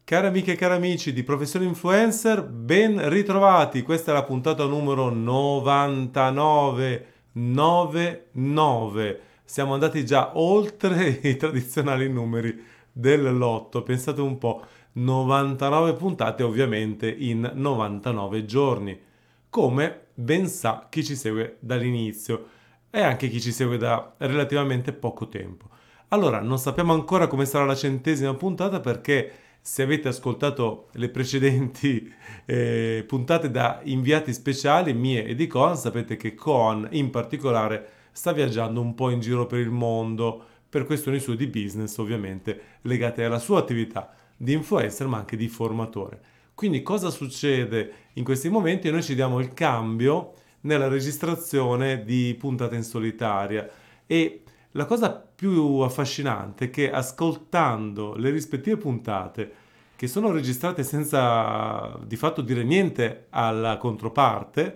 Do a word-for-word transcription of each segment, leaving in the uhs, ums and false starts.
Cari amiche e cari amici di Professione Influencer, ben ritrovati. Questa è la puntata numero novantanove. novantanove. Siamo andati già oltre i tradizionali numeri del lotto. Pensate un po', novantanove puntate ovviamente in novantanove giorni. Come ben sa chi ci segue dall'inizio e anche chi ci segue da relativamente poco tempo. Allora, non sappiamo ancora come sarà la centesima puntata perché se avete ascoltato le precedenti eh, puntate da inviati speciali mie e di Coan, sapete che Coan in particolare sta viaggiando un po' in giro per il mondo per questioni sue di business, ovviamente legate alla sua attività di influencer ma anche di formatore. Quindi cosa succede in questi momenti? Noi ci diamo il cambio nella registrazione di puntata in solitaria e la cosa più affascinante è che ascoltando le rispettive puntate che sono registrate senza di fatto dire niente alla controparte,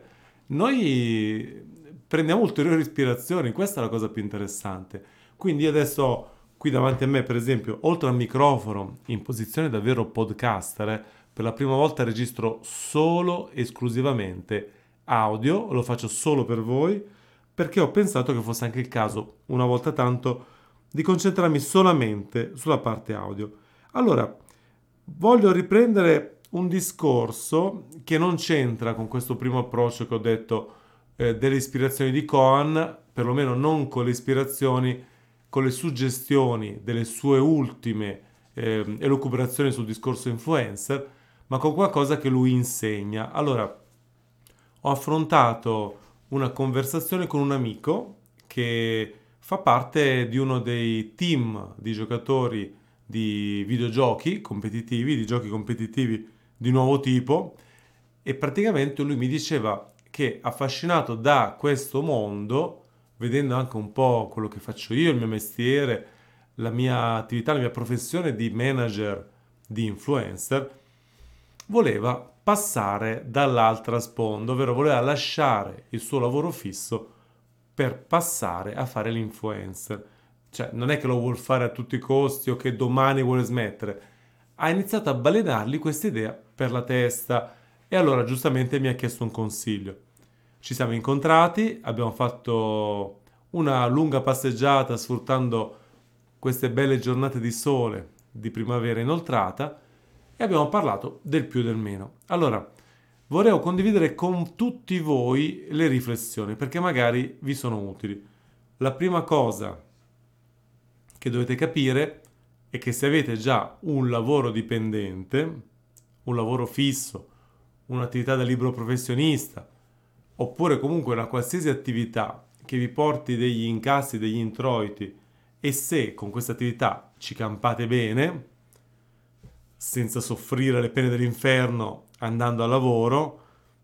noi prendiamo ulteriori ispirazioni, questa è la cosa più interessante. Quindi adesso qui davanti a me, per esempio, oltre al microfono, in posizione davvero podcaster, eh, per la prima volta registro solo esclusivamente audio, lo faccio solo per voi, perché ho pensato che fosse anche il caso, una volta tanto, di concentrarmi solamente sulla parte audio. Allora, voglio riprendere un discorso che non c'entra con questo primo approccio che ho detto eh, delle ispirazioni di Coan, perlomeno non con le ispirazioni, con le suggestioni delle sue ultime eh, elucubrazioni sul discorso influencer, ma con qualcosa che lui insegna. Allora, ho affrontato una conversazione con un amico che fa parte di uno dei team di giocatori di videogiochi competitivi, di giochi competitivi di nuovo tipo, e praticamente lui mi diceva che affascinato da questo mondo, vedendo anche un po' quello che faccio io, il mio mestiere, la mia attività, la mia professione di manager di influencer, voleva passare dall'altra sponda, ovvero voleva lasciare il suo lavoro fisso per passare a fare l'influencer. Cioè, non è che lo vuol fare a tutti i costi o che domani vuole smettere. Ha iniziato a balenargli questa idea per la testa e allora giustamente mi ha chiesto un consiglio. Ci siamo incontrati, abbiamo fatto una lunga passeggiata sfruttando queste belle giornate di sole di primavera inoltrata e abbiamo parlato del più e del meno. Allora, vorrei condividere con tutti voi le riflessioni perché magari vi sono utili. La prima cosa che dovete capire è che se avete già un lavoro dipendente, un lavoro fisso, un'attività da libero professionista, oppure comunque una qualsiasi attività che vi porti degli incassi, degli introiti, e se con questa attività ci campate bene, senza soffrire le pene dell'inferno andando al lavoro,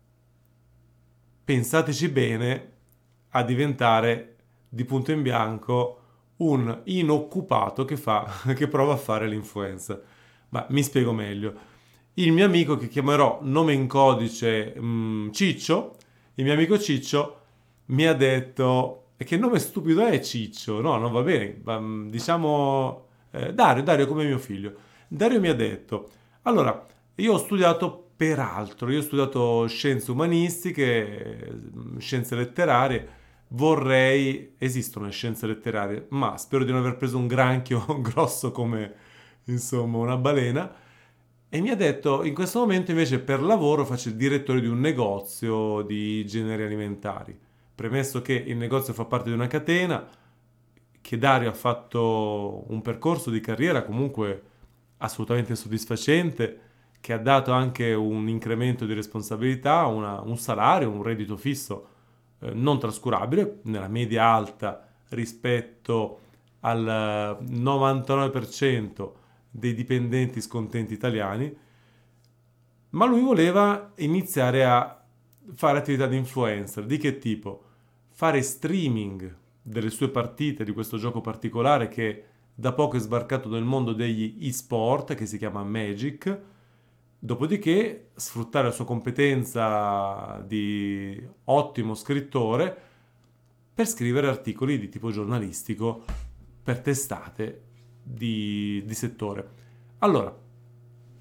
pensateci bene a diventare di punto in bianco un inoccupato che, fa, che prova a fare l'influencer. Ma mi spiego meglio. Il mio amico, che chiamerò nome in codice mh, Ciccio, il mio amico Ciccio mi ha detto: e che nome stupido è Ciccio? No, non va bene. Ma, mh, diciamo eh, Dario, Dario come mio figlio. Dario mi ha detto: allora, io ho studiato per altro, io ho studiato scienze umanistiche, eh, scienze letterarie, vorrei, esistono le scienze letterarie, ma spero di non aver preso un granchio grosso come, insomma, una balena. E mi ha detto, in questo momento invece per lavoro faccio il direttore di un negozio di generi alimentari. Premesso che il negozio fa parte di una catena, che Dario ha fatto un percorso di carriera comunque assolutamente soddisfacente, che ha dato anche un incremento di responsabilità, una- un salario, un reddito fisso eh, non trascurabile, nella media alta rispetto al eh, novantanove per cento dei dipendenti scontenti italiani, ma lui voleva iniziare a fare attività di influencer. Di che tipo? Fare streaming delle sue partite di questo gioco particolare che da poco è sbarcato nel mondo degli e-sport, che si chiama Magic. Dopodiché sfruttare la sua competenza di ottimo scrittore per scrivere articoli di tipo giornalistico per testate di, di settore. Allora,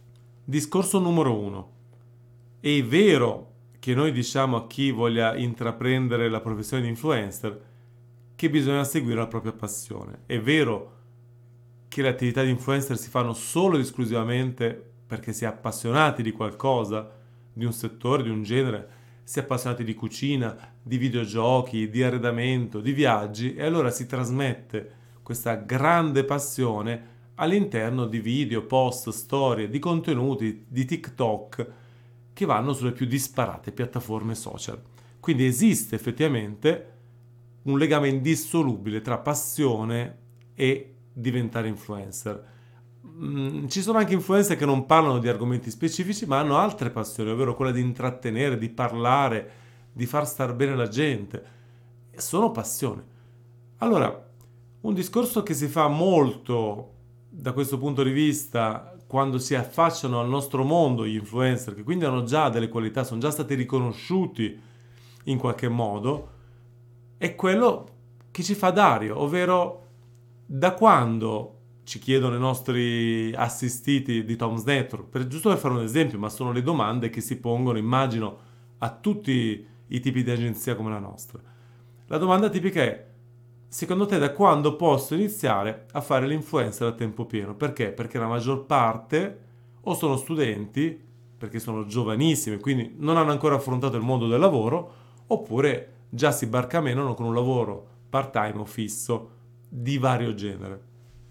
Discorso numero uno. È vero che noi diciamo a chi voglia intraprendere la professione di influencer che bisogna seguire la propria passione. È vero che le attività di influencer si fanno solo ed esclusivamente perché si è appassionati di qualcosa, di un settore, di un genere, si è appassionati di cucina, di videogiochi, di arredamento, di viaggi, e allora si trasmette questa grande passione all'interno di video, post, storie, di contenuti, di TikTok che vanno sulle più disparate piattaforme social. Quindi esiste effettivamente un legame indissolubile tra passione e diventare influencer. Mm, ci sono anche influencer che non parlano di argomenti specifici, ma hanno altre passioni, ovvero quella di intrattenere, di parlare, di far star bene la gente. Sono passioni. Allora, un discorso che si fa molto da questo punto di vista quando si affacciano al nostro mondo gli influencer, che quindi hanno già delle qualità, sono già stati riconosciuti in qualche modo, è quello che ci fa Dario, ovvero da quando ci chiedono i nostri assistiti di Tom's Network, per, giusto per fare un esempio, ma sono le domande che si pongono, immagino, a tutti i tipi di agenzia come la nostra. La domanda tipica è: secondo te da quando posso iniziare a fare l'influencer a tempo pieno? Perché? Perché la maggior parte o sono studenti, perché sono giovanissimi, quindi non hanno ancora affrontato il mondo del lavoro, oppure già si barcamenano con un lavoro part-time o fisso di vario genere.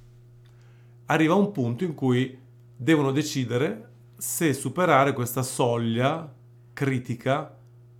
Arriva un punto in cui devono decidere se superare questa soglia critica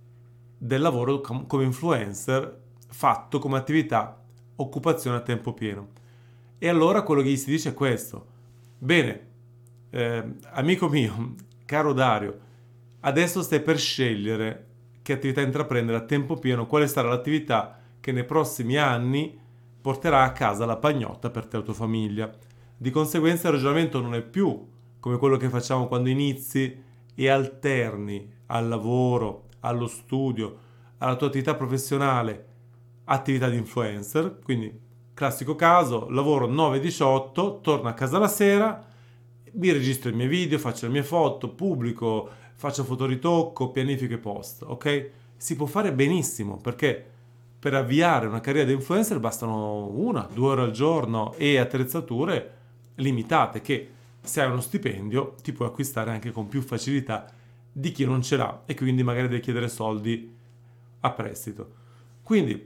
del lavoro com- come influencer fatto come attività, occupazione a tempo pieno. E allora quello che gli si dice è questo: bene, eh, amico mio, caro Dario, adesso stai per scegliere che attività intraprendere a tempo pieno, quale sarà l'attività che nei prossimi anni porterà a casa la pagnotta per te e la tua famiglia. Di conseguenza il ragionamento non è più come quello che facciamo quando inizi e alterni al lavoro, allo studio, alla tua attività professionale, attività di influencer. Quindi classico caso, lavoro nove diciotto, torno a casa la sera, mi registro i miei video, faccio le mie foto, pubblico, faccio fotoritocco, pianifico i post, ok? Si può fare benissimo, perché per avviare una carriera di influencer bastano una, due ore al giorno e attrezzature limitate che, se hai uno stipendio, ti puoi acquistare anche con più facilità di chi non ce l'ha e quindi magari deve chiedere soldi a prestito. Quindi,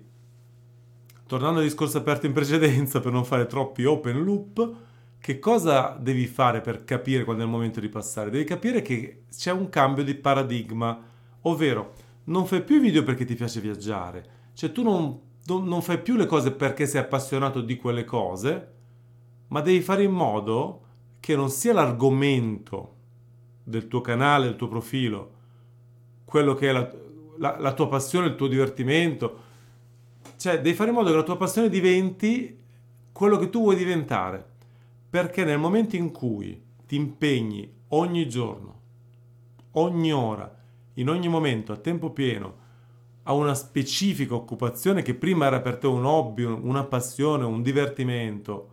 tornando al discorso aperto in precedenza, per non fare troppi open loop, che cosa devi fare per capire quando è il momento di passare? Devi capire che c'è un cambio di paradigma, ovvero non fai più i video perché ti piace viaggiare, cioè tu non, non, non fai più le cose perché sei appassionato di quelle cose, ma devi fare in modo che non sia l'argomento del tuo canale, del tuo profilo, quello che è la, la, la tua passione, il tuo divertimento. Cioè devi fare in modo che la tua passione diventi quello che tu vuoi diventare, perché nel momento in cui ti impegni ogni giorno, ogni ora, in ogni momento, a tempo pieno, a una specifica occupazione che prima era per te un hobby, una passione, un divertimento,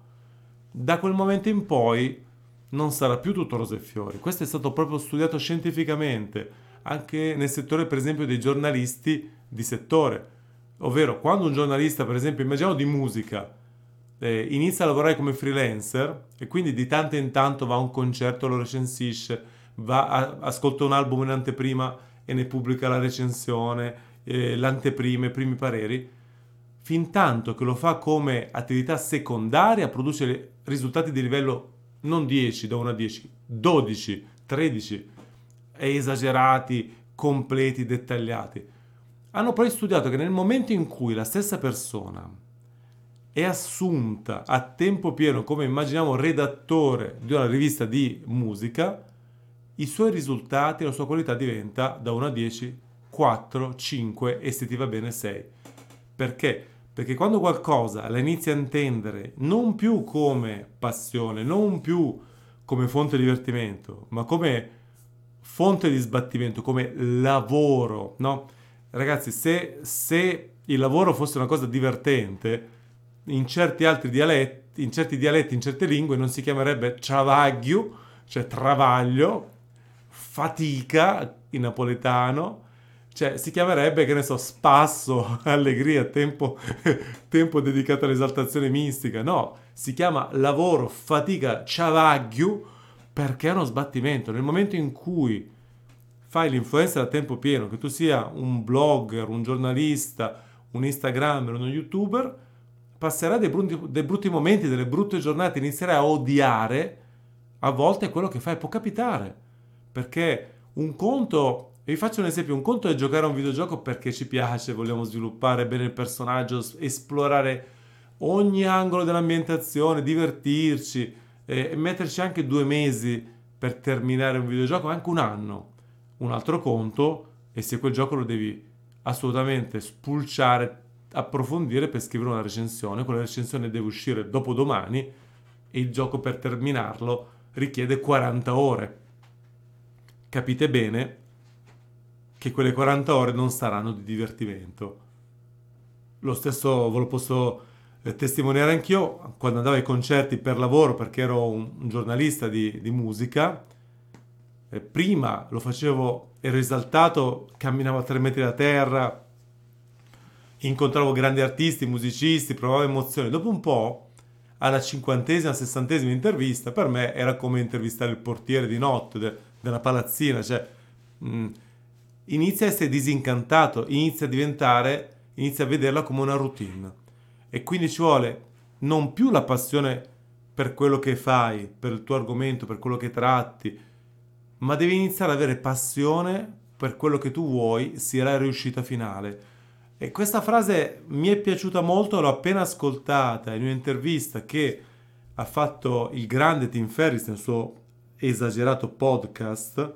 da quel momento in poi non sarà più tutto rose e fiori. Questo è stato proprio studiato scientificamente, anche nel settore per esempio dei giornalisti di settore, ovvero quando un giornalista, per esempio, immaginiamo di musica, eh, inizia a lavorare come freelancer e quindi di tanto in tanto va a un concerto, lo recensisce, va a, ascolta un album in anteprima e ne pubblica la recensione, eh, l'anteprima, i primi pareri. Fin tanto che lo fa come attività secondaria, produce risultati di livello non dieci, da uno a dieci, dodici, tredici, esagerati, completi, dettagliati. Hanno poi studiato che nel momento in cui la stessa persona è assunta a tempo pieno come, immaginiamo, redattore di una rivista di musica, i suoi risultati, la sua qualità diventa da uno a dieci, quattro, cinque e se ti va bene sei. Perché? Perché quando qualcosa la inizi a intendere non più come passione, non più come fonte di divertimento, ma come fonte di sbattimento, come lavoro, no? Ragazzi, se, se il lavoro fosse una cosa divertente, in certi altri dialetti, in certi dialetti, in certe lingue non si chiamerebbe travaglio, cioè travaglio, fatica in napoletano, cioè si chiamerebbe, che ne so, spasso, allegria, tempo, tempo dedicato all'esaltazione mistica. No, si chiama lavoro, fatica, ciavaglio, perché è uno sbattimento. Nel momento in cui fai l'influencer a tempo pieno, che tu sia un blogger, un giornalista, un Instagrammer, uno YouTuber, passerai dei brutti, dei brutti momenti, delle brutte giornate, inizierai a odiare a volte quello che fai. Può capitare, perché un conto, vi faccio un esempio, un conto è giocare a un videogioco perché ci piace, vogliamo sviluppare bene il personaggio, esplorare ogni angolo dell'ambientazione, divertirci eh, e metterci anche due mesi per terminare un videogioco, anche un anno. Un altro conto è se quel gioco lo devi assolutamente spulciare, approfondire per scrivere una recensione. Quella recensione deve uscire dopo domani e il gioco per terminarlo richiede quaranta ore. Capite bene che quelle quaranta ore non saranno di divertimento. Lo stesso ve lo posso eh, testimoniare anch'io quando andavo ai concerti per lavoro, perché ero un, un giornalista di, di musica. Eh, prima lo facevo, ero esaltato, camminavo a tre metri da terra, incontravo grandi artisti, musicisti, provavo emozioni. Dopo un po', alla cinquantesima, sessantesima intervista, per me era come intervistare il portiere di notte de- della palazzina, cioè mh, inizia a essere disincantato, inizia a diventare, inizia a vederla come una routine. E quindi ci vuole non più la passione per quello che fai, per il tuo argomento, per quello che tratti, ma devi iniziare ad avere passione per quello che tu vuoi sia la riuscita finale. E questa frase mi è piaciuta molto, l'ho appena ascoltata in un'intervista che ha fatto il grande Tim Ferriss nel suo esagerato podcast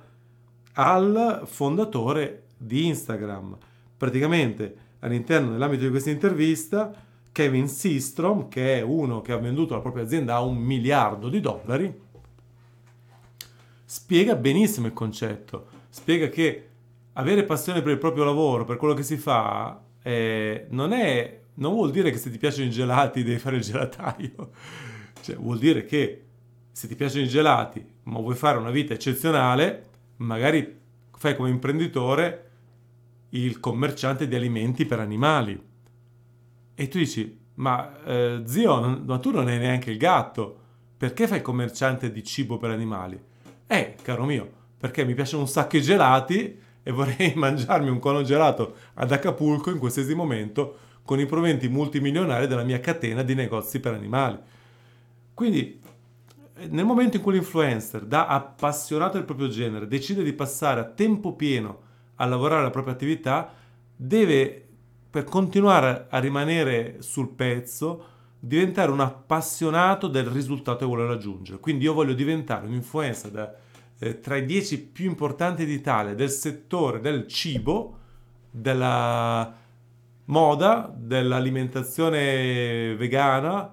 al fondatore di Instagram. Praticamente all'interno dell'ambito di questa intervista Kevin Systrom, che è uno che ha venduto la propria azienda a un miliardo di dollari, spiega benissimo il concetto. Spiega che avere passione per il proprio lavoro, per quello che si fa, eh, non è, non vuol dire che se ti piacciono i gelati devi fare il gelataio. Cioè, vuol dire che se ti piacciono i gelati, ma vuoi fare una vita eccezionale, magari fai come imprenditore il commerciante di alimenti per animali. E tu dici, ma eh, zio, non- ma tu non hai neanche il gatto, perché fai il commerciante di cibo per animali? Eh, caro mio, perché mi piacciono un sacco i gelati e vorrei mangiarmi un cono gelato ad Acapulco in qualsiasi momento con i proventi multimilionari della mia catena di negozi per animali. Quindi, eh, nel momento in cui l'influencer, da appassionato del proprio genere, decide di passare a tempo pieno a lavorare alla propria attività, deve, per continuare a rimanere sul pezzo, diventare un appassionato del risultato che vuole raggiungere. Quindi io voglio diventare un influencer da, eh, tra i dieci più importanti d'Italia del settore del cibo, della moda, dell'alimentazione vegana,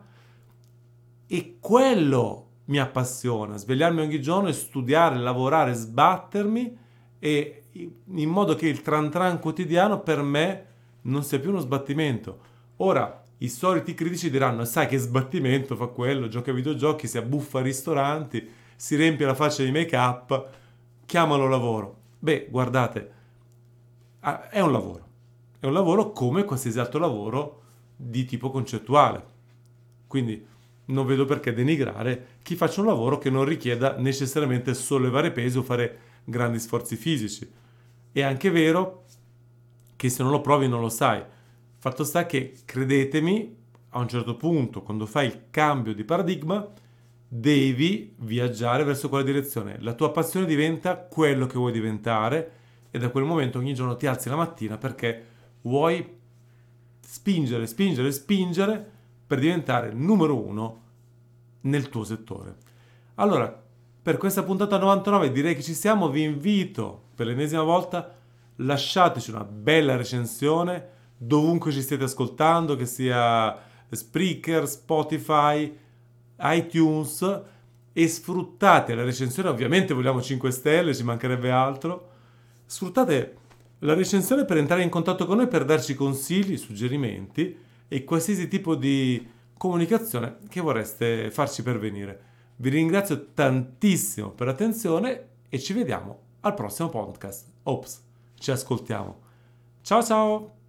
e quello mi appassiona, svegliarmi ogni giorno e studiare, lavorare, sbattermi e in modo che il tran tran quotidiano per me non sia più uno sbattimento. Ora, i soliti critici diranno, sai che sbattimento fa quello, gioca ai videogiochi, si abbuffa ai ristoranti, si riempie la faccia di make-up, chiamalo lavoro. Beh, guardate, ah, è un lavoro. È un lavoro come qualsiasi altro lavoro di tipo concettuale. Quindi non vedo perché denigrare chi faccia un lavoro che non richieda necessariamente sollevare pesi o fare grandi sforzi fisici. È anche vero che se non lo provi non lo sai. Fatto sta che, credetemi, a un certo punto, quando fai il cambio di paradigma, devi viaggiare verso quella direzione. La tua passione diventa quello che vuoi diventare e da quel momento ogni giorno ti alzi la mattina perché vuoi spingere, spingere, spingere per diventare il numero uno nel tuo settore. Allora, per questa puntata novantanove direi che ci siamo. Vi invito per l'ennesima volta, lasciateci una bella recensione dovunque ci stiate ascoltando, che sia Spreaker, Spotify, iTunes, e sfruttate la recensione. Ovviamente vogliamo cinque stelle, ci mancherebbe altro. Sfruttate la recensione per entrare in contatto con noi, per darci consigli, suggerimenti e qualsiasi tipo di comunicazione che vorreste farci pervenire. Vi ringrazio tantissimo per l'attenzione e ci vediamo al prossimo podcast. Ops, ci ascoltiamo. Ciao ciao!